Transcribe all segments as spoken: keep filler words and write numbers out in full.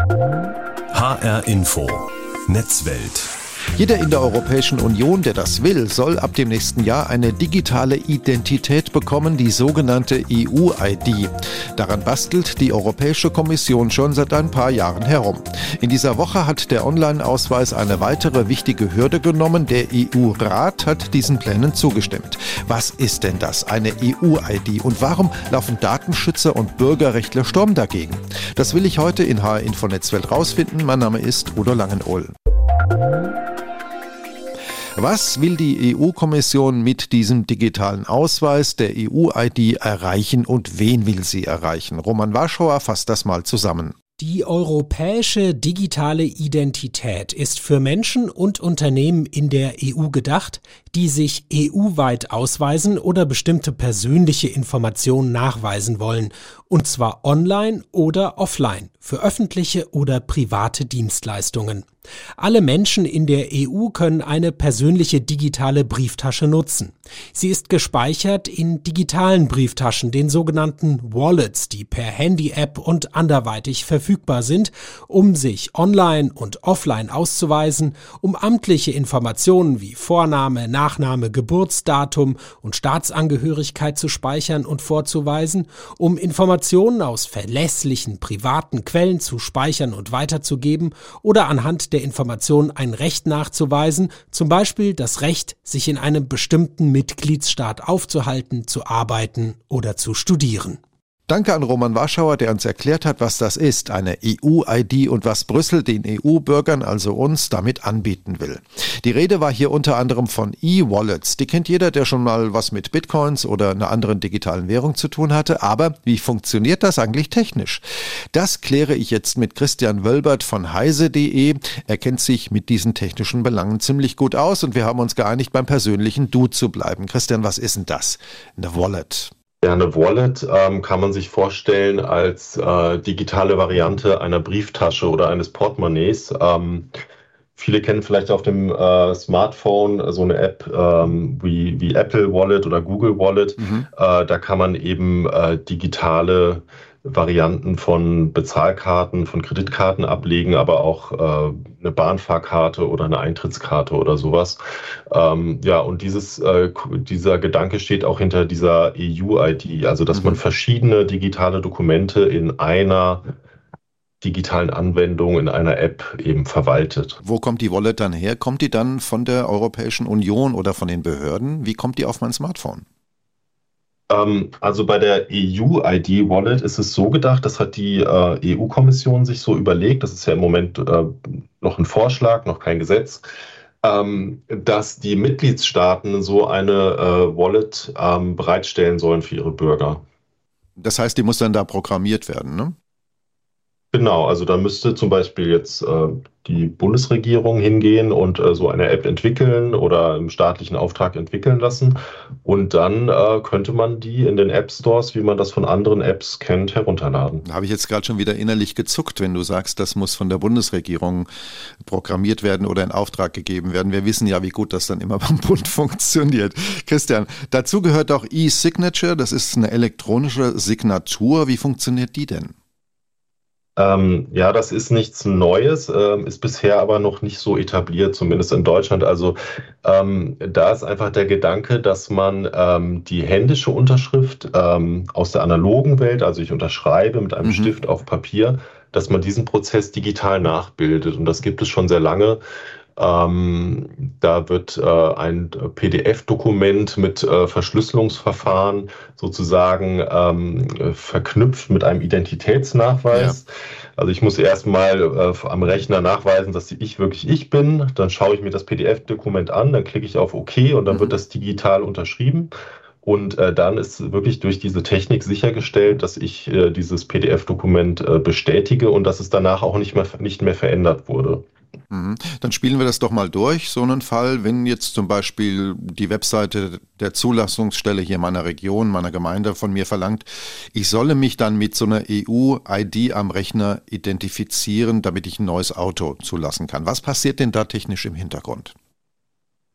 H R Info Netzwelt. Jeder in der Europäischen Union, der das will, soll ab dem nächsten Jahr eine digitale Identität bekommen, die sogenannte E U-I D. Daran bastelt die Europäische Kommission schon seit ein paar Jahren herum. In dieser Woche hat der Online-Ausweis eine weitere wichtige Hürde genommen. Der E U-Rat hat diesen Plänen zugestimmt. Was ist denn das, eine E U-I D? Und warum laufen Datenschützer und Bürgerrechtler Sturm dagegen? Das will ich heute in H R Info Netzwelt rausfinden. Mein Name ist Udo Langenohl. Was will die E U-Kommission mit diesem digitalen Ausweis der E U-I D erreichen und wen will sie erreichen? Roman Warschauer fasst das mal zusammen. Die europäische digitale Identität ist für Menschen und Unternehmen in der E U gedacht, die sich E U-weit ausweisen oder bestimmte persönliche Informationen nachweisen wollen, und zwar online oder offline, für öffentliche oder private Dienstleistungen. Alle Menschen in der E U können eine persönliche digitale Brieftasche nutzen. Sie ist gespeichert in digitalen Brieftaschen, den sogenannten Wallets, die per Handy-App und anderweitig verfügbar sind, um sich online und offline auszuweisen, um amtliche Informationen wie Vorname, Nachname, Geburtsdatum und Staatsangehörigkeit zu speichern und vorzuweisen, um Informationen aus verlässlichen privaten Quellen zu speichern und weiterzugeben oder anhand der Informationen ein Recht nachzuweisen, zum Beispiel das Recht, sich in einem bestimmten Mitgliedsstaat aufzuhalten, zu arbeiten oder zu studieren. Danke an Roman Warschauer, der uns erklärt hat, was das ist, eine E U-I D und was Brüssel den E U-Bürgern, also uns, damit anbieten will. Die Rede war hier unter anderem von E-Wallets. Die kennt jeder, der schon mal was mit Bitcoins oder einer anderen digitalen Währung zu tun hatte. Aber wie funktioniert das eigentlich technisch? Das kläre ich jetzt mit Christian Wölbert von heise punkt de. Er kennt sich mit diesen technischen Belangen ziemlich gut aus und wir haben uns geeinigt, beim persönlichen Du zu bleiben. Christian, was ist denn das? Eine Wallet. Ja, eine Wallet ähm, kann man sich vorstellen als äh, digitale Variante einer Brieftasche oder eines Portemonnaies. Ähm, viele kennen vielleicht auf dem äh, Smartphone so eine App ähm, wie, wie Apple Wallet oder Google Wallet. Mhm. Äh, da kann man eben äh, digitale Varianten von Bezahlkarten, von Kreditkarten ablegen, aber auch äh, eine Bahnfahrkarte oder eine Eintrittskarte oder sowas. Ähm, ja, und dieses, äh, dieser Gedanke steht auch hinter dieser E U-I D, also dass mhm. man verschiedene digitale Dokumente in einer digitalen Anwendung, in einer App eben verwaltet. Wo kommt die Wallet dann her? Kommt die dann von der Europäischen Union oder von den Behörden? Wie kommt die auf mein Smartphone? Also bei der E U-I D-Wallet ist es so gedacht, das hat die äh, E U-Kommission sich so überlegt, das ist ja im Moment äh, noch ein Vorschlag, noch kein Gesetz, ähm, dass die Mitgliedstaaten so eine äh, Wallet ähm, bereitstellen sollen für ihre Bürger. Das heißt, die muss dann da programmiert werden, ne? Genau, also da müsste zum Beispiel jetzt äh, die Bundesregierung hingehen und äh, so eine App entwickeln oder im staatlichen Auftrag entwickeln lassen. Und dann äh, könnte man die in den App Stores, wie man das von anderen Apps kennt, herunterladen. Da habe ich jetzt gerade schon wieder innerlich gezuckt, wenn du sagst, das muss von der Bundesregierung programmiert werden oder in Auftrag gegeben werden. Wir wissen ja, wie gut das dann immer beim Bund funktioniert. Christian, dazu gehört auch E-Signature, das ist eine elektronische Signatur. Wie funktioniert die denn? Ähm, ja, das ist nichts Neues, ähm, ist bisher aber noch nicht so etabliert, zumindest in Deutschland. Also ähm, da ist einfach der Gedanke, dass man ähm, die händische Unterschrift ähm, aus der analogen Welt, also ich unterschreibe mit einem mhm. Stift auf Papier, dass man diesen Prozess digital nachbildet. Und das gibt es schon sehr lange. Ähm, da wird äh, ein P D F-Dokument mit äh, Verschlüsselungsverfahren sozusagen ähm, verknüpft mit einem Identitätsnachweis. Ja. Also ich muss erstmal äh, am Rechner nachweisen, dass ich wirklich ich bin. Dann schaue ich mir das P D F-Dokument an, dann klicke ich auf OK und dann mhm. wird das digital unterschrieben. Und äh, dann ist wirklich durch diese Technik sichergestellt, dass ich äh, dieses P D F-Dokument äh, bestätige und dass es danach auch nicht mehr, nicht mehr verändert wurde. Dann spielen wir das doch mal durch, so einen Fall, wenn jetzt zum Beispiel die Webseite der Zulassungsstelle hier meiner Region, meiner Gemeinde von mir verlangt, ich solle mich dann mit so einer E U-I D am Rechner identifizieren, damit ich ein neues Auto zulassen kann. Was passiert denn da technisch im Hintergrund?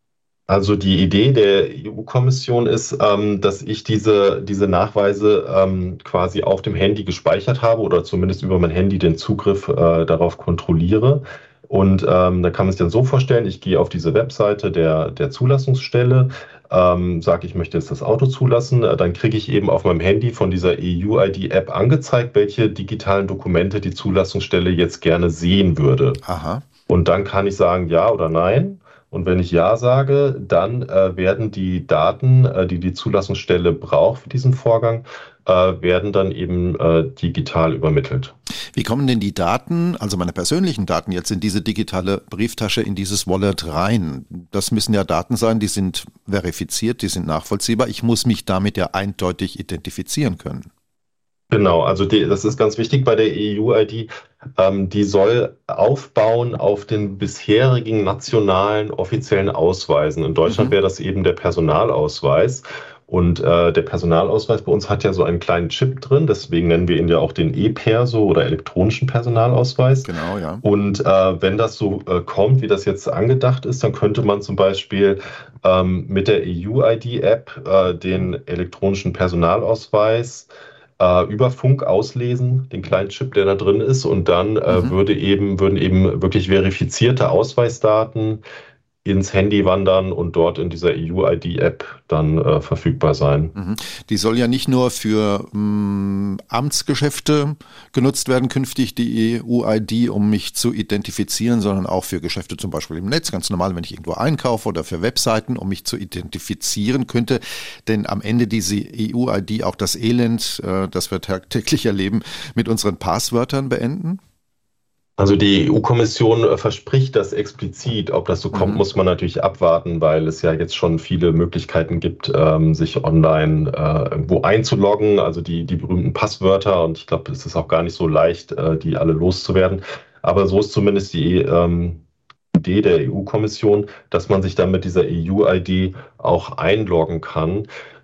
Also die Idee der E U-Kommission ist, ähm, dass ich diese, diese Nachweise ähm, quasi auf dem Handy gespeichert habe oder zumindest über mein Handy den Zugriff äh, darauf kontrolliere. Und ähm, da kann man sich dann so vorstellen, ich gehe auf diese Webseite der, der Zulassungsstelle, ähm, sage, ich möchte jetzt das Auto zulassen, äh, dann kriege ich eben auf meinem Handy von dieser E U-I D-App angezeigt, welche digitalen Dokumente die Zulassungsstelle jetzt gerne sehen würde. Aha. Und dann kann ich sagen ja oder nein. Und wenn ich ja sage, dann äh, werden die Daten, äh, die die Zulassungsstelle braucht für diesen Vorgang, äh, werden dann eben äh, digital übermittelt. Wie kommen denn die Daten, also meine persönlichen Daten, jetzt in diese digitale Brieftasche, in dieses Wallet rein? Das müssen ja Daten sein, die sind verifiziert, die sind nachvollziehbar. Ich muss mich damit ja eindeutig identifizieren können. Genau, also die, das ist ganz wichtig bei der E U-I D. Ähm, die soll aufbauen auf den bisherigen nationalen offiziellen Ausweisen. In Deutschland Mhm. wäre das eben der Personalausweis. Und äh, der Personalausweis bei uns hat ja so einen kleinen Chip drin, deswegen nennen wir ihn ja auch den E-Perso oder elektronischen Personalausweis. Genau, ja. Und äh, wenn das so äh, kommt, wie das jetzt angedacht ist, dann könnte man zum Beispiel ähm, mit der E U-I D-App äh, den elektronischen Personalausweis äh, über Funk auslesen, den kleinen Chip, der da drin ist, und dann äh, Mhm. würde eben, würden eben wirklich verifizierte Ausweisdaten ins Handy wandern und dort in dieser E U-I D-App dann äh, verfügbar sein. Mhm. Die soll ja nicht nur für mh, Amtsgeschäfte genutzt werden, künftig die E U-I D, um mich zu identifizieren, sondern auch für Geschäfte zum Beispiel im Netz, ganz normal, wenn ich irgendwo einkaufe, oder für Webseiten, um mich zu identifizieren. Könnte denn am Ende diese E U-I D auch das Elend, äh, das wir tagtäglich erleben, mit unseren Passwörtern beenden? Also die E U-Kommission äh, verspricht das explizit. Ob das so kommt, Mhm. muss man natürlich abwarten, weil es ja jetzt schon viele Möglichkeiten gibt, ähm, sich online äh, irgendwo einzuloggen, also die, die berühmten Passwörter. Und ich glaube, es ist auch gar nicht so leicht, äh, die alle loszuwerden. Aber so ist zumindest die ähm, Idee der E U-Kommission, dass man sich dann mit dieser E U-I D auch einloggen kann.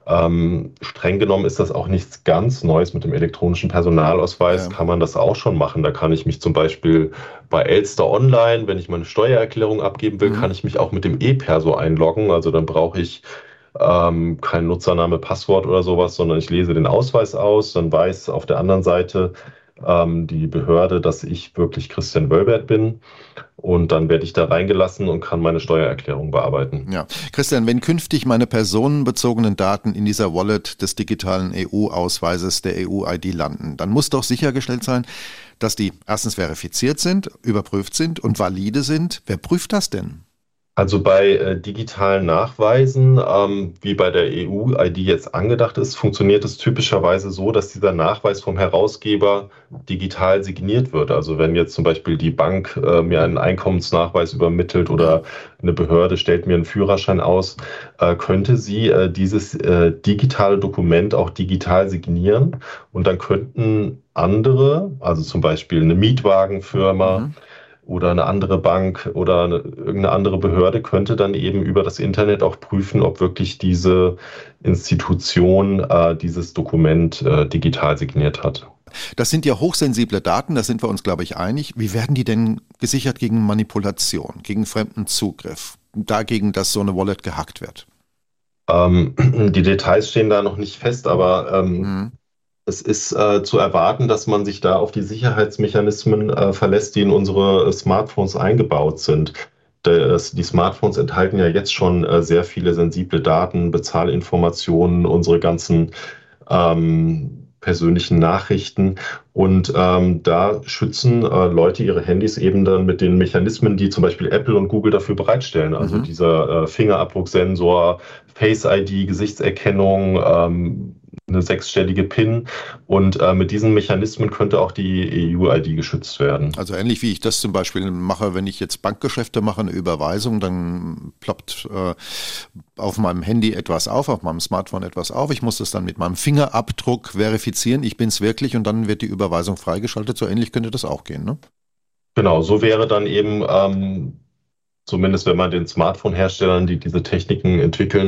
Ähm, streng genommen ist das auch nichts ganz Neues. Mit dem elektronischen Personalausweis Ja. kann man das auch schon machen. Da kann ich mich zum Beispiel bei Elster Online, wenn ich meine Steuererklärung abgeben will, Mhm. kann ich mich auch mit dem E-Perso einloggen. Also dann brauche ich ähm, kein Nutzername, Passwort oder sowas, sondern ich lese den Ausweis aus, dann weiß auf der anderen Seite ähm, die Behörde, dass ich wirklich Christian Wölbert bin. Und dann werde ich da reingelassen und kann meine Steuererklärung bearbeiten. Ja. Christian, wenn künftig meine personenbezogenen Daten in dieser Wallet des digitalen E U-Ausweises der E U-I D landen, dann muss doch sichergestellt sein, dass die erstens verifiziert sind, überprüft sind und valide sind. Wer prüft das denn? Also bei äh, digitalen Nachweisen, ähm, wie bei der E U-I D jetzt angedacht ist, funktioniert es typischerweise so, dass dieser Nachweis vom Herausgeber digital signiert wird. Also wenn jetzt zum Beispiel die Bank äh, mir einen Einkommensnachweis übermittelt oder eine Behörde stellt mir einen Führerschein aus, äh, könnte sie äh, dieses äh, digitale Dokument auch digital signieren. Und dann könnten andere, also zum Beispiel eine Mietwagenfirma, Mhm. oder eine andere Bank oder eine, irgendeine andere Behörde könnte dann eben über das Internet auch prüfen, ob wirklich diese Institution äh, dieses Dokument äh, digital signiert hat. Das sind ja hochsensible Daten, da sind wir uns, glaube ich, einig. Wie werden die denn gesichert gegen Manipulation, gegen fremden Zugriff, dagegen, dass so eine Wallet gehackt wird? Ähm, die Details stehen da noch nicht fest, aber ähm, Mhm. es ist äh, zu erwarten, dass man sich da auf die Sicherheitsmechanismen äh, verlässt, die in unsere Smartphones eingebaut sind. Das, die Smartphones enthalten ja jetzt schon äh, sehr viele sensible Daten, Bezahlinformationen, unsere ganzen ähm, persönlichen Nachrichten. Und ähm, da schützen äh, Leute ihre Handys eben dann mit den Mechanismen, die zum Beispiel Apple und Google dafür bereitstellen. Also Mhm. dieser äh, Fingerabdrucksensor, Face I D, Gesichtserkennung, ähm, eine sechsstellige PIN. Und äh, mit diesen Mechanismen könnte auch die E U-I D geschützt werden. Also ähnlich wie ich das zum Beispiel mache, wenn ich jetzt Bankgeschäfte mache, eine Überweisung, dann ploppt äh, auf meinem Handy etwas auf, auf meinem Smartphone etwas auf. Ich muss das dann mit meinem Fingerabdruck verifizieren, ich bin es wirklich, und dann wird die Überweisung freigeschaltet. So ähnlich könnte das auch gehen, ne? Genau, so wäre dann eben, ähm, zumindest wenn man den Smartphone-Herstellern, die diese Techniken entwickeln,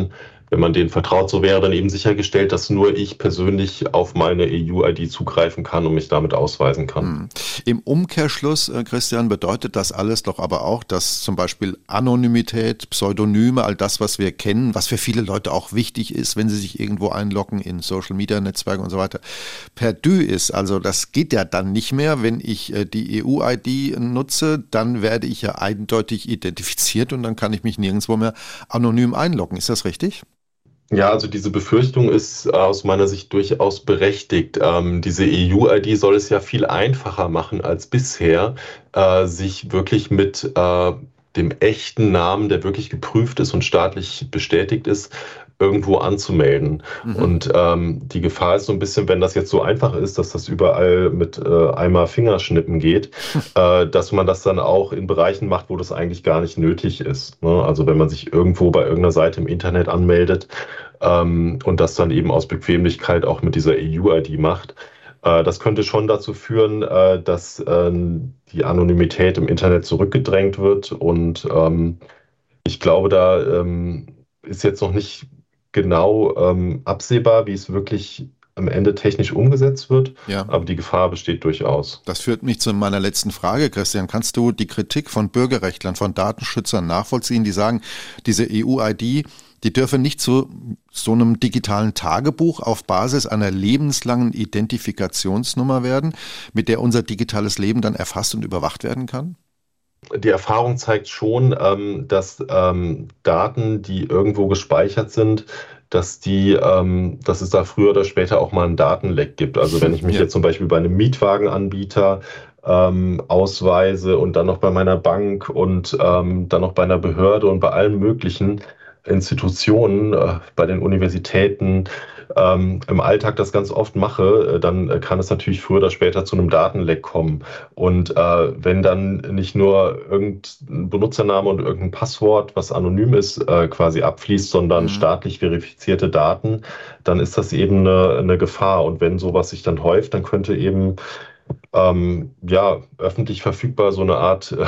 wenn man denen vertraut, so wäre dann eben sichergestellt, dass nur ich persönlich auf meine E U-I D zugreifen kann und mich damit ausweisen kann. Hm. Im Umkehrschluss, Christian, bedeutet das alles doch aber auch, dass zum Beispiel Anonymität, Pseudonyme, all das, was wir kennen, was für viele Leute auch wichtig ist, wenn sie sich irgendwo einloggen in Social-Media-Netzwerke und so weiter, perdu ist. Also das geht ja dann nicht mehr. Wenn ich die E U-I D nutze, dann werde ich ja eindeutig identifiziert und dann kann ich mich nirgendwo mehr anonym einloggen. Ist das richtig? Ja, also diese Befürchtung ist aus meiner Sicht durchaus berechtigt. Ähm, diese E U-I D soll es ja viel einfacher machen als bisher, äh, sich wirklich mit äh, dem echten Namen, der wirklich geprüft ist und staatlich bestätigt ist, irgendwo anzumelden. Mhm. Und ähm, die Gefahr ist so ein bisschen, wenn das jetzt so einfach ist, dass das überall mit äh, einmal Fingerschnippen geht, äh, dass man das dann auch in Bereichen macht, wo das eigentlich gar nicht nötig ist. Ne? Also wenn man sich irgendwo bei irgendeiner Seite im Internet anmeldet ähm, und das dann eben aus Bequemlichkeit auch mit dieser E U-I D macht, äh, das könnte schon dazu führen, äh, dass äh, die Anonymität im Internet zurückgedrängt wird. Und ähm, ich glaube, da ähm, ist jetzt noch nicht genau ähm, absehbar, wie es wirklich am Ende technisch umgesetzt wird, ja. Aber die Gefahr besteht durchaus. Das führt mich zu meiner letzten Frage, Christian. Kannst du die Kritik von Bürgerrechtlern, von Datenschützern nachvollziehen, die sagen, diese E U-I D, die dürfe nicht zu so einem digitalen Tagebuch auf Basis einer lebenslangen Identifikationsnummer werden, mit der unser digitales Leben dann erfasst und überwacht werden kann? Die Erfahrung zeigt schon, ähm, dass ähm, Daten, die irgendwo gespeichert sind, dass die, ähm, dass es da früher oder später auch mal einen Datenleck gibt. Also wenn ich mich ja. jetzt zum Beispiel bei einem Mietwagenanbieter ähm, ausweise und dann noch bei meiner Bank und ähm, dann noch bei einer Behörde und bei allen möglichen Institutionen, äh, bei den Universitäten, ähm, im Alltag das ganz oft mache, äh, dann kann es natürlich früher oder später zu einem Datenleck kommen. Und äh, wenn dann nicht nur irgendein Benutzername und irgendein Passwort, was anonym ist, äh, quasi abfließt, sondern mhm. staatlich verifizierte Daten, dann ist das eben eine, eine Gefahr. Und wenn sowas sich dann häuft, dann könnte eben ähm, ja öffentlich verfügbar so eine Art äh,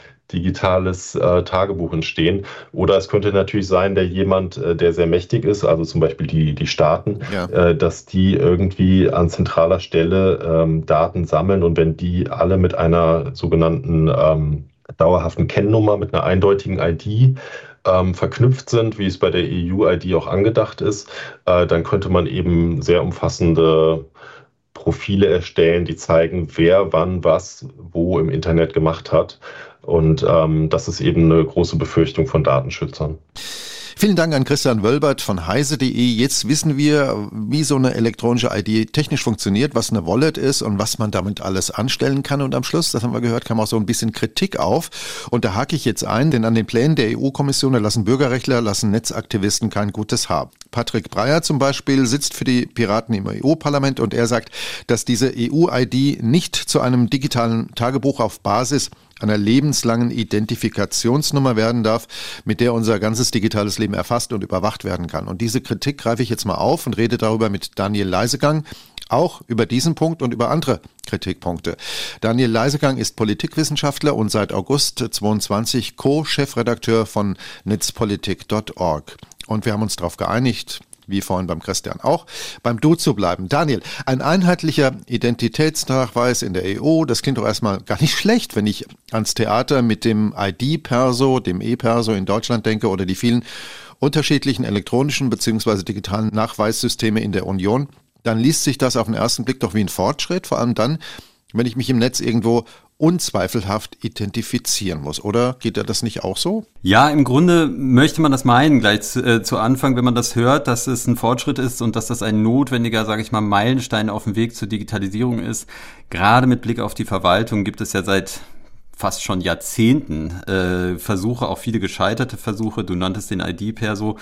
digitales äh, Tagebuch entstehen. Oder es könnte natürlich sein, der jemand, äh, der sehr mächtig ist, also zum Beispiel die, die Staaten, ja. äh, dass die irgendwie an zentraler Stelle ähm, Daten sammeln und wenn die alle mit einer sogenannten ähm, dauerhaften Kennnummer, mit einer eindeutigen I D ähm, verknüpft sind, wie es bei der E U-I D auch angedacht ist, äh, dann könnte man eben sehr umfassende Profile erstellen, die zeigen, wer wann was wo im Internet gemacht hat. Und ähm, das ist eben eine große Befürchtung von Datenschützern. Vielen Dank an Christian Wölbert von heise punkt de. Jetzt wissen wir, wie so eine elektronische I D technisch funktioniert, was eine Wallet ist und was man damit alles anstellen kann. Und am Schluss, das haben wir gehört, kam auch so ein bisschen Kritik auf. Und da hake ich jetzt ein, denn an den Plänen der E U-Kommission lassen Bürgerrechtler, lassen Netzaktivisten kein gutes Haar. Patrick Breyer zum Beispiel sitzt für die Piraten im E U-Parlament und er sagt, dass diese E U-I D nicht zu einem digitalen Tagebuch auf Basis einer lebenslangen Identifikationsnummer werden darf, mit der unser ganzes digitales Leben erfasst und überwacht werden kann. Und diese Kritik greife ich jetzt mal auf und rede darüber mit Daniel Leisegang, auch über diesen Punkt und über andere Kritikpunkte. Daniel Leisegang ist Politikwissenschaftler und seit August zweiundzwanzig Co-Chefredakteur von netzpolitik punkt org. Und wir haben uns darauf geeinigt, wie vorhin beim Christian auch, beim Du zu bleiben. Daniel, ein einheitlicher Identitätsnachweis in der E U, das klingt doch erstmal gar nicht schlecht, wenn ich ans Theater mit dem I D-Perso, dem E-Perso in Deutschland denke oder die vielen unterschiedlichen elektronischen bzw. digitalen Nachweissysteme in der Union. Dann liest sich das auf den ersten Blick doch wie ein Fortschritt, vor allem dann, wenn ich mich im Netz irgendwo unzweifelhaft identifizieren muss. Oder geht dir das nicht auch so? Ja, im Grunde möchte man das meinen, gleich zu, äh, zu Anfang, wenn man das hört, dass es ein Fortschritt ist und dass das ein notwendiger, sage ich mal, Meilenstein auf dem Weg zur Digitalisierung ist. Gerade mit Blick auf die Verwaltung gibt es ja seit fast schon Jahrzehnten äh, Versuche, auch viele gescheiterte Versuche, du nanntest den I D-Perso,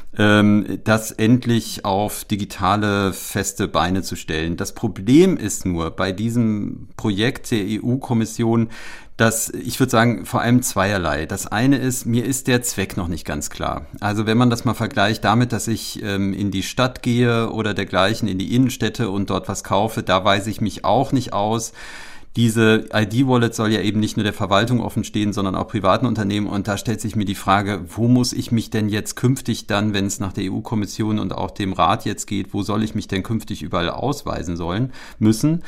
ähm, das endlich auf digitale feste Beine zu stellen. Das Problem ist nur bei diesem Projekt der E U-Kommission, dass, ich würde sagen, vor allem zweierlei. Das eine ist, mir ist der Zweck noch nicht ganz klar. Also wenn man das mal vergleicht damit, dass ich ähm, in die Stadt gehe oder dergleichen, in die Innenstädte und dort was kaufe, da weise ich mich auch nicht aus. Diese I D-Wallet soll ja eben nicht nur der Verwaltung offen stehen, sondern auch privaten Unternehmen. Und da stellt sich mir die Frage, wo muss ich mich denn jetzt künftig dann, wenn es nach der E U-Kommission und auch dem Rat jetzt geht, wo soll ich mich denn künftig überall ausweisen sollen müssen?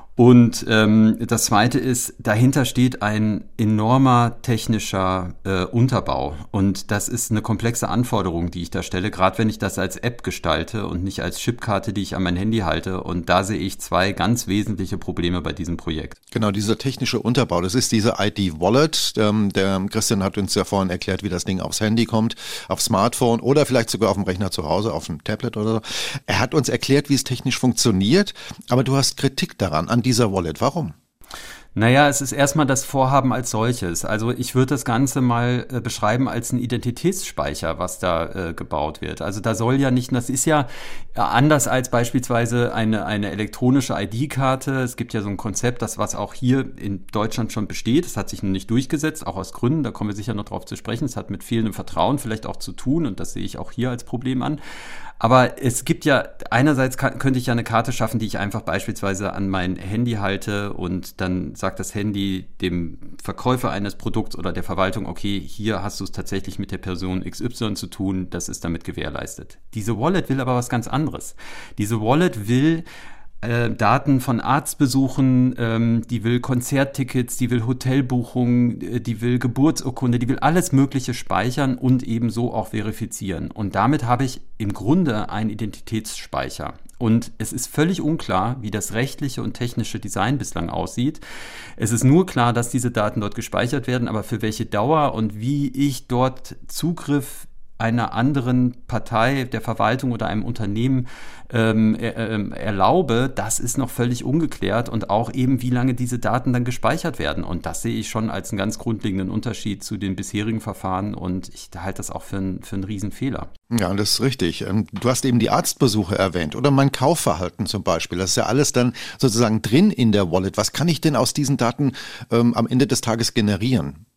Und ähm, das Zweite ist, dahinter steht ein enormer technischer äh, Unterbau. Und das ist eine komplexe Anforderung, die ich da stelle, gerade wenn ich das als App gestalte und nicht als Chipkarte, die ich an mein Handy halte. Und da sehe ich zwei ganz wesentliche Probleme bei diesem Projekt. Genau, dieser technische Unterbau, das ist diese I D-Wallet. Ähm, der Christian hat uns ja vorhin erklärt, wie das Ding aufs Handy kommt, aufs Smartphone oder vielleicht sogar auf dem Rechner zu Hause, auf dem Tablet oder so. Er hat uns erklärt, wie es technisch funktioniert, aber du hast Kritik daran, an dieser Wallet. Warum? Naja, es ist erstmal das Vorhaben als solches. Also ich würde das Ganze mal äh, beschreiben als einen Identitätsspeicher, was da äh, gebaut wird. Also da soll ja nicht, das ist ja äh, anders als beispielsweise eine, eine elektronische I D-Karte. Es gibt ja so ein Konzept, das was auch hier in Deutschland schon besteht. Das hat sich noch nicht durchgesetzt, auch aus Gründen, da kommen wir sicher noch drauf zu sprechen. Es hat mit fehlendem Vertrauen vielleicht auch zu tun und das sehe ich auch hier als Problem an. Aber es gibt ja, einerseits kann, könnte ich ja eine Karte schaffen, die ich einfach beispielsweise an mein Handy halte und dann sagt das Handy dem Verkäufer eines Produkts oder der Verwaltung, okay, hier hast du es tatsächlich mit der Person X Y zu tun, das ist damit gewährleistet. Diese Wallet will aber was ganz anderes. Diese Wallet will äh, Daten von Arztbesuchen, ähm, die will Konzerttickets, die will Hotelbuchungen, äh, die will Geburtsurkunde, die will alles Mögliche speichern und ebenso auch verifizieren. Und damit habe ich im Grunde einen Identitätsspeicher. Und es ist völlig unklar, wie das rechtliche und technische Design bislang aussieht. Es ist nur klar, dass diese Daten dort gespeichert werden, aber für welche Dauer und wie ich dort Zugriff einer anderen Partei, der Verwaltung oder einem Unternehmen ähm, er, äh, erlaube, das ist noch völlig ungeklärt und auch eben, wie lange diese Daten dann gespeichert werden. Und das sehe ich schon als einen ganz grundlegenden Unterschied zu den bisherigen Verfahren und ich halte das auch für, ein, für einen Riesenfehler. Ja, das ist richtig. Du hast eben die Arztbesuche erwähnt oder mein Kaufverhalten zum Beispiel. Das ist ja alles dann sozusagen drin in der Wallet. Was kann ich denn aus diesen Daten ähm, am Ende des Tages generieren?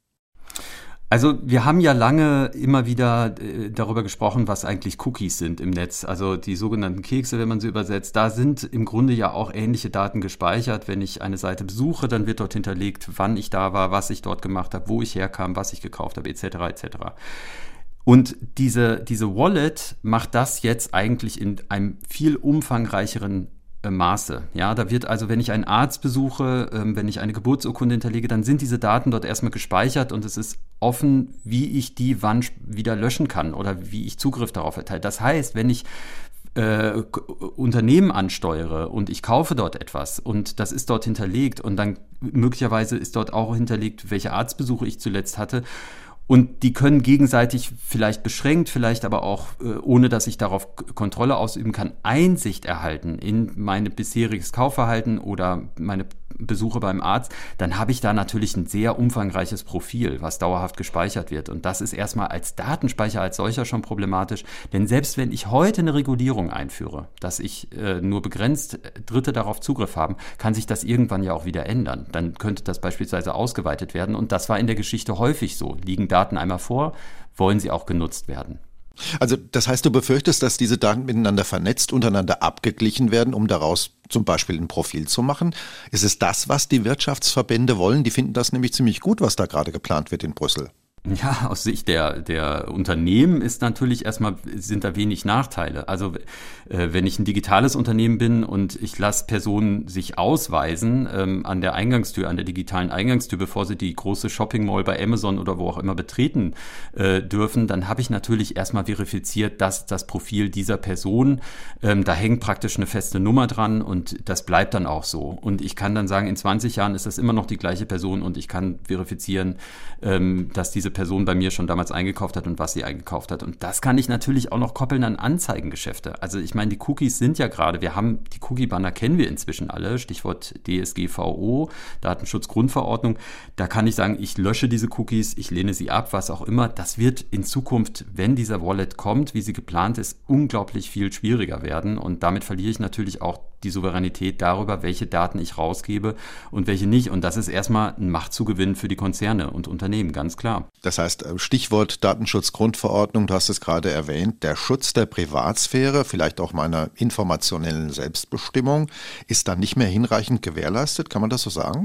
Also wir haben ja lange immer wieder äh, darüber gesprochen, was eigentlich Cookies sind im Netz, also die sogenannten Kekse, wenn man sie übersetzt. Da sind im Grunde ja auch ähnliche Daten gespeichert. Wenn ich eine Seite besuche, dann wird dort hinterlegt, wann ich da war, was ich dort gemacht habe, wo ich herkam, was ich gekauft habe, et cetera et cetera. Und diese, diese Wallet macht das jetzt eigentlich in einem viel umfangreicheren Maße. Ja, da wird also, wenn ich einen Arzt besuche, ähm, wenn ich eine Geburtsurkunde hinterlege, dann sind diese Daten dort erstmal gespeichert und es ist offen, wie ich die wann wieder löschen kann oder wie ich Zugriff darauf erteile. Das heißt, wenn ich äh, Unternehmen ansteuere und ich kaufe dort etwas und das ist dort hinterlegt und dann möglicherweise ist dort auch hinterlegt, welche Arztbesuche ich zuletzt hatte. Und die können gegenseitig vielleicht beschränkt, vielleicht aber auch, äh, ohne dass ich darauf K- Kontrolle ausüben kann, Einsicht erhalten in mein bisheriges Kaufverhalten oder meine Besuche beim Arzt, dann habe ich da natürlich ein sehr umfangreiches Profil, was dauerhaft gespeichert wird. Und das ist erstmal als Datenspeicher als solcher schon problematisch. Denn selbst wenn ich heute eine Regulierung einführe, dass ich äh, nur begrenzt Dritte darauf Zugriff haben, kann sich das irgendwann ja auch wieder ändern. Dann könnte das beispielsweise ausgeweitet werden. Und das war in der Geschichte häufig so. Liegen Daten einmal vor, wollen sie auch genutzt werden. Also das heißt, du befürchtest, dass diese Daten miteinander vernetzt, untereinander abgeglichen werden, um daraus zum Beispiel ein Profil zu machen? Ist es das, was die Wirtschaftsverbände wollen? Die finden das nämlich ziemlich gut, was da gerade geplant wird in Brüssel. Ja, aus Sicht der, der Unternehmen ist natürlich erstmal, sind da wenig Nachteile. Also äh, wenn ich ein digitales Unternehmen bin und ich lasse Personen sich ausweisen ähm, an der Eingangstür, an der digitalen Eingangstür, bevor sie die große Shopping Mall bei Amazon oder wo auch immer betreten äh, dürfen, dann habe ich natürlich erstmal verifiziert, dass das Profil dieser Person, ähm, da hängt praktisch eine feste Nummer dran und das bleibt dann auch so. Und ich kann dann sagen, in zwanzig Jahren ist das immer noch die gleiche Person und ich kann verifizieren, ähm, dass diese Person bei mir schon damals eingekauft hat und was sie eingekauft hat. Und das kann ich natürlich auch noch koppeln an Anzeigengeschäfte. Also ich meine, die Cookies sind ja gerade, wir haben, die Cookie-Banner kennen wir inzwischen alle, Stichwort D S G V O, Datenschutzgrundverordnung. Da kann ich sagen, ich lösche diese Cookies, ich lehne sie ab, was auch immer. Das wird in Zukunft, wenn dieser Wallet kommt, wie sie geplant ist, unglaublich viel schwieriger werden. Und damit verliere ich natürlich auch die Souveränität darüber, welche Daten ich rausgebe und welche nicht. Und das ist erstmal ein Machtzugewinn für die Konzerne und Unternehmen, ganz klar. Das heißt, Stichwort Datenschutzgrundverordnung, du hast es gerade erwähnt, der Schutz der Privatsphäre, vielleicht auch meiner informationellen Selbstbestimmung, ist dann nicht mehr hinreichend gewährleistet, kann man das so sagen?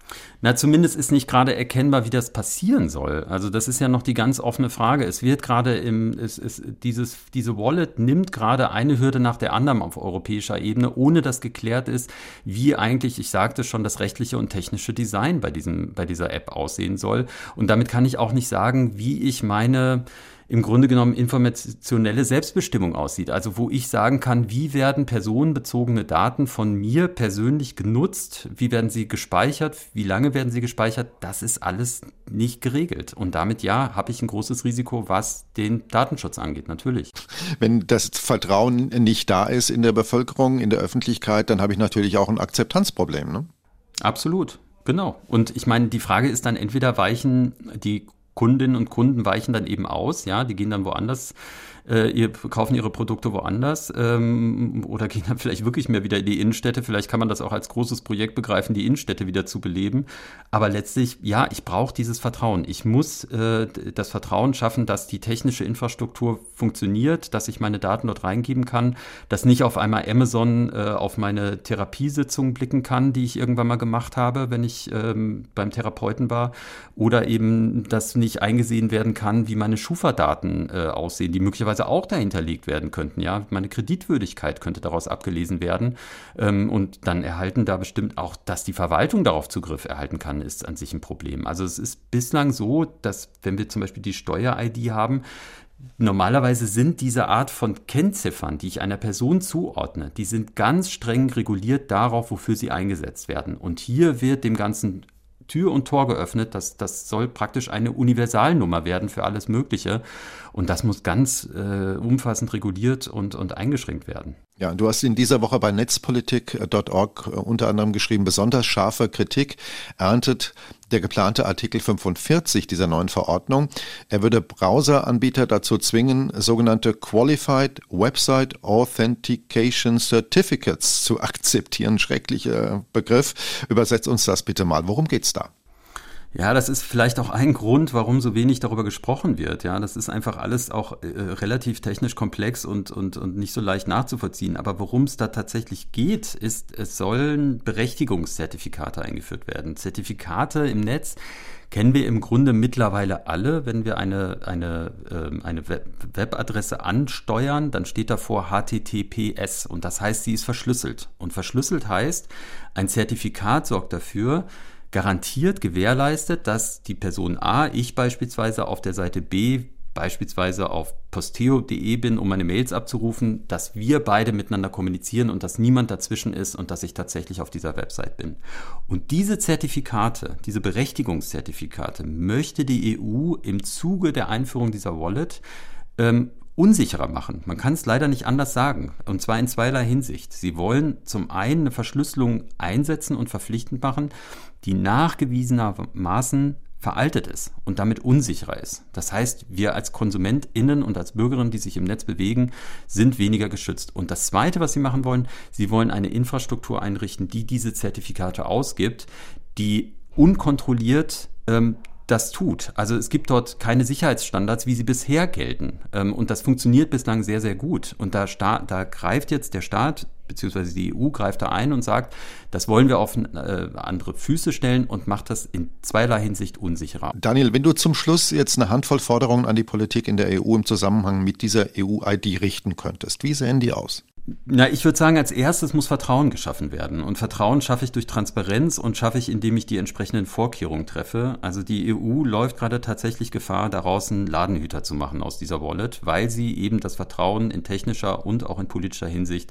Na, zumindest ist nicht gerade erkennbar, wie das passieren soll. Also das ist ja noch die ganz offene Frage. Es wird gerade im, es, es, dieses, diese Wallet nimmt gerade eine Hürde nach der anderen auf europäischer Ebene, ohne dass geklärt ist, wie eigentlich, ich sagte schon, das rechtliche und technische Design bei diesem, bei dieser App aussehen soll. Und damit kann ich auch nicht sagen, wie ich meine im Grunde genommen informationelle Selbstbestimmung aussieht. Also wo ich sagen kann, wie werden personenbezogene Daten von mir persönlich genutzt, wie werden sie gespeichert, wie lange werden sie gespeichert, das ist alles nicht geregelt. Und damit, ja, habe ich ein großes Risiko, was den Datenschutz angeht, natürlich. Wenn das Vertrauen nicht da ist in der Bevölkerung, in der Öffentlichkeit, dann habe ich natürlich auch ein Akzeptanzproblem, ne? Absolut, genau. Und ich meine, die Frage ist dann, entweder weichen die Kundinnen und Kunden weichen dann eben aus, ja, die gehen dann woanders, äh, ihr, kaufen ihre Produkte woanders ähm, oder gehen dann vielleicht wirklich mehr wieder in die Innenstädte. Vielleicht kann man das auch als großes Projekt begreifen, die Innenstädte wieder zu beleben. Aber letztlich, ja, ich brauche dieses Vertrauen. Ich muss äh, das Vertrauen schaffen, dass die technische Infrastruktur funktioniert, dass ich meine Daten dort reingeben kann, dass nicht auf einmal Amazon äh, auf meine Therapiesitzung blicken kann, die ich irgendwann mal gemacht habe, wenn ich ähm, beim Therapeuten war, oder eben, dass nicht eingesehen werden kann, wie meine Schufa-Daten äh, aussehen, die möglicherweise auch dahinterlegt werden könnten. Ja, meine Kreditwürdigkeit könnte daraus abgelesen werden. Ähm, und dann erhalten da bestimmt auch, dass die Verwaltung darauf Zugriff erhalten kann, ist an sich ein Problem. Also es ist bislang so, dass wenn wir zum Beispiel die Steuer-I D haben, normalerweise sind diese Art von Kennziffern, die ich einer Person zuordne, die sind ganz streng reguliert darauf, wofür sie eingesetzt werden. Und hier wird dem Ganzen Tür und Tor geöffnet. Das, das soll praktisch eine Universalnummer werden für alles Mögliche. Und das muss ganz äh, umfassend reguliert und, und eingeschränkt werden. Ja, du hast in dieser Woche bei netzpolitik Punkt org unter anderem geschrieben, besonders scharfe Kritik erntet der geplante Artikel fünfundvierzig dieser neuen Verordnung. Er würde Browseranbieter dazu zwingen, sogenannte Qualified Website Authentication Certificates zu akzeptieren. Schrecklicher Begriff. Übersetzt uns das bitte mal. Worum geht's da? Ja, das ist vielleicht auch ein Grund, warum so wenig darüber gesprochen wird. Ja, das ist einfach alles auch äh, relativ technisch komplex und, und, und nicht so leicht nachzuvollziehen. Aber worum es da tatsächlich geht, ist, es sollen Berechtigungszertifikate eingeführt werden. Zertifikate im Netz kennen wir im Grunde mittlerweile alle. Wenn wir eine, eine, äh, eine Web- Webadresse ansteuern, dann steht davor H T T P S und das heißt, sie ist verschlüsselt. Und verschlüsselt heißt, ein Zertifikat sorgt dafür, garantiert gewährleistet, dass die Person A, ich beispielsweise auf der Seite B, beispielsweise auf posteo punkt de bin, um meine Mails abzurufen, dass wir beide miteinander kommunizieren und dass niemand dazwischen ist und dass ich tatsächlich auf dieser Website bin. Und diese Zertifikate, diese Berechtigungszertifikate möchte die E U im Zuge der Einführung dieser Wallet ähm, unsicherer machen. Man kann es leider nicht anders sagen. Und zwar in zweierlei Hinsicht. Sie wollen zum einen eine Verschlüsselung einsetzen und verpflichtend machen, die nachgewiesenermaßen veraltet ist und damit unsicherer ist. Das heißt, wir als KonsumentInnen und als Bürgerinnen, die sich im Netz bewegen, sind weniger geschützt. Und das Zweite, was sie machen wollen, sie wollen eine Infrastruktur einrichten, die diese Zertifikate ausgibt, die unkontrolliert ähm, das tut. Also es gibt dort keine Sicherheitsstandards, wie sie bisher gelten. Und das funktioniert bislang sehr, sehr gut. Und da, sta- da greift jetzt der Staat, beziehungsweise die E U greift da ein und sagt, das wollen wir auf äh, andere Füße stellen und macht das in zweierlei Hinsicht unsicherer. Daniel, wenn du zum Schluss jetzt eine Handvoll Forderungen an die Politik in der E U im Zusammenhang mit dieser E U-I D richten könntest, wie sehen die aus? Na, ich würde sagen, als erstes muss Vertrauen geschaffen werden. Und Vertrauen schaffe ich durch Transparenz und schaffe ich, indem ich die entsprechenden Vorkehrungen treffe. Also die E U läuft gerade tatsächlich Gefahr, daraus einen Ladenhüter zu machen aus dieser Wallet, weil sie eben das Vertrauen in technischer und auch in politischer Hinsicht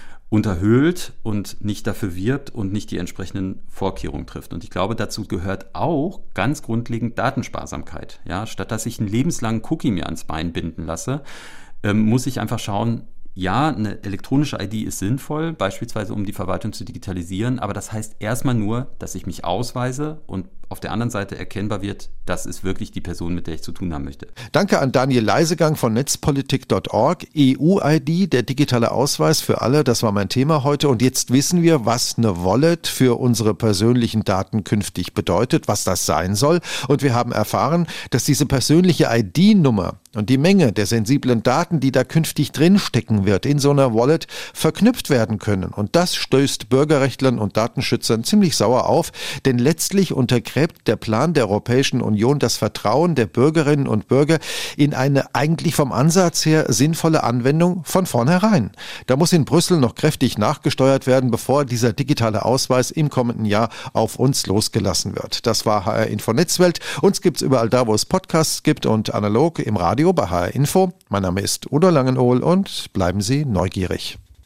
unterhöhlt und nicht dafür wirbt und nicht die entsprechenden Vorkehrungen trifft. Und ich glaube, dazu gehört auch ganz grundlegend Datensparsamkeit. Ja, statt dass ich einen lebenslangen Cookie mir ans Bein binden lasse, ähm, muss ich einfach schauen, ja, eine elektronische I D ist sinnvoll, beispielsweise um die Verwaltung zu digitalisieren, aber das heißt erstmal nur, dass ich mich ausweise und auf der anderen Seite erkennbar wird, das ist wirklich die Person, mit der ich zu tun haben möchte. Danke an Daniel Leisegang von netzpolitik punkt org. E U-I D, der digitale Ausweis für alle, das war mein Thema heute. Und jetzt wissen wir, was eine Wallet für unsere persönlichen Daten künftig bedeutet, was das sein soll. Und wir haben erfahren, dass diese persönliche I D-Nummer und die Menge der sensiblen Daten, die da künftig drinstecken wird, in so einer Wallet verknüpft werden können. Und das stößt Bürgerrechtlern und Datenschützern ziemlich sauer auf, denn letztlich untergräbt der Plan der Europäischen Union das Vertrauen der Bürgerinnen und Bürger in eine eigentlich vom Ansatz her sinnvolle Anwendung von vornherein. Da muss in Brüssel noch kräftig nachgesteuert werden, bevor dieser digitale Ausweis im kommenden Jahr auf uns losgelassen wird. Das war H R Info Netzwelt. Uns gibt's überall da, wo es Podcasts gibt und analog im Radio bei H R Info. Mein Name ist Udo Langenohl und bleiben Sie neugierig.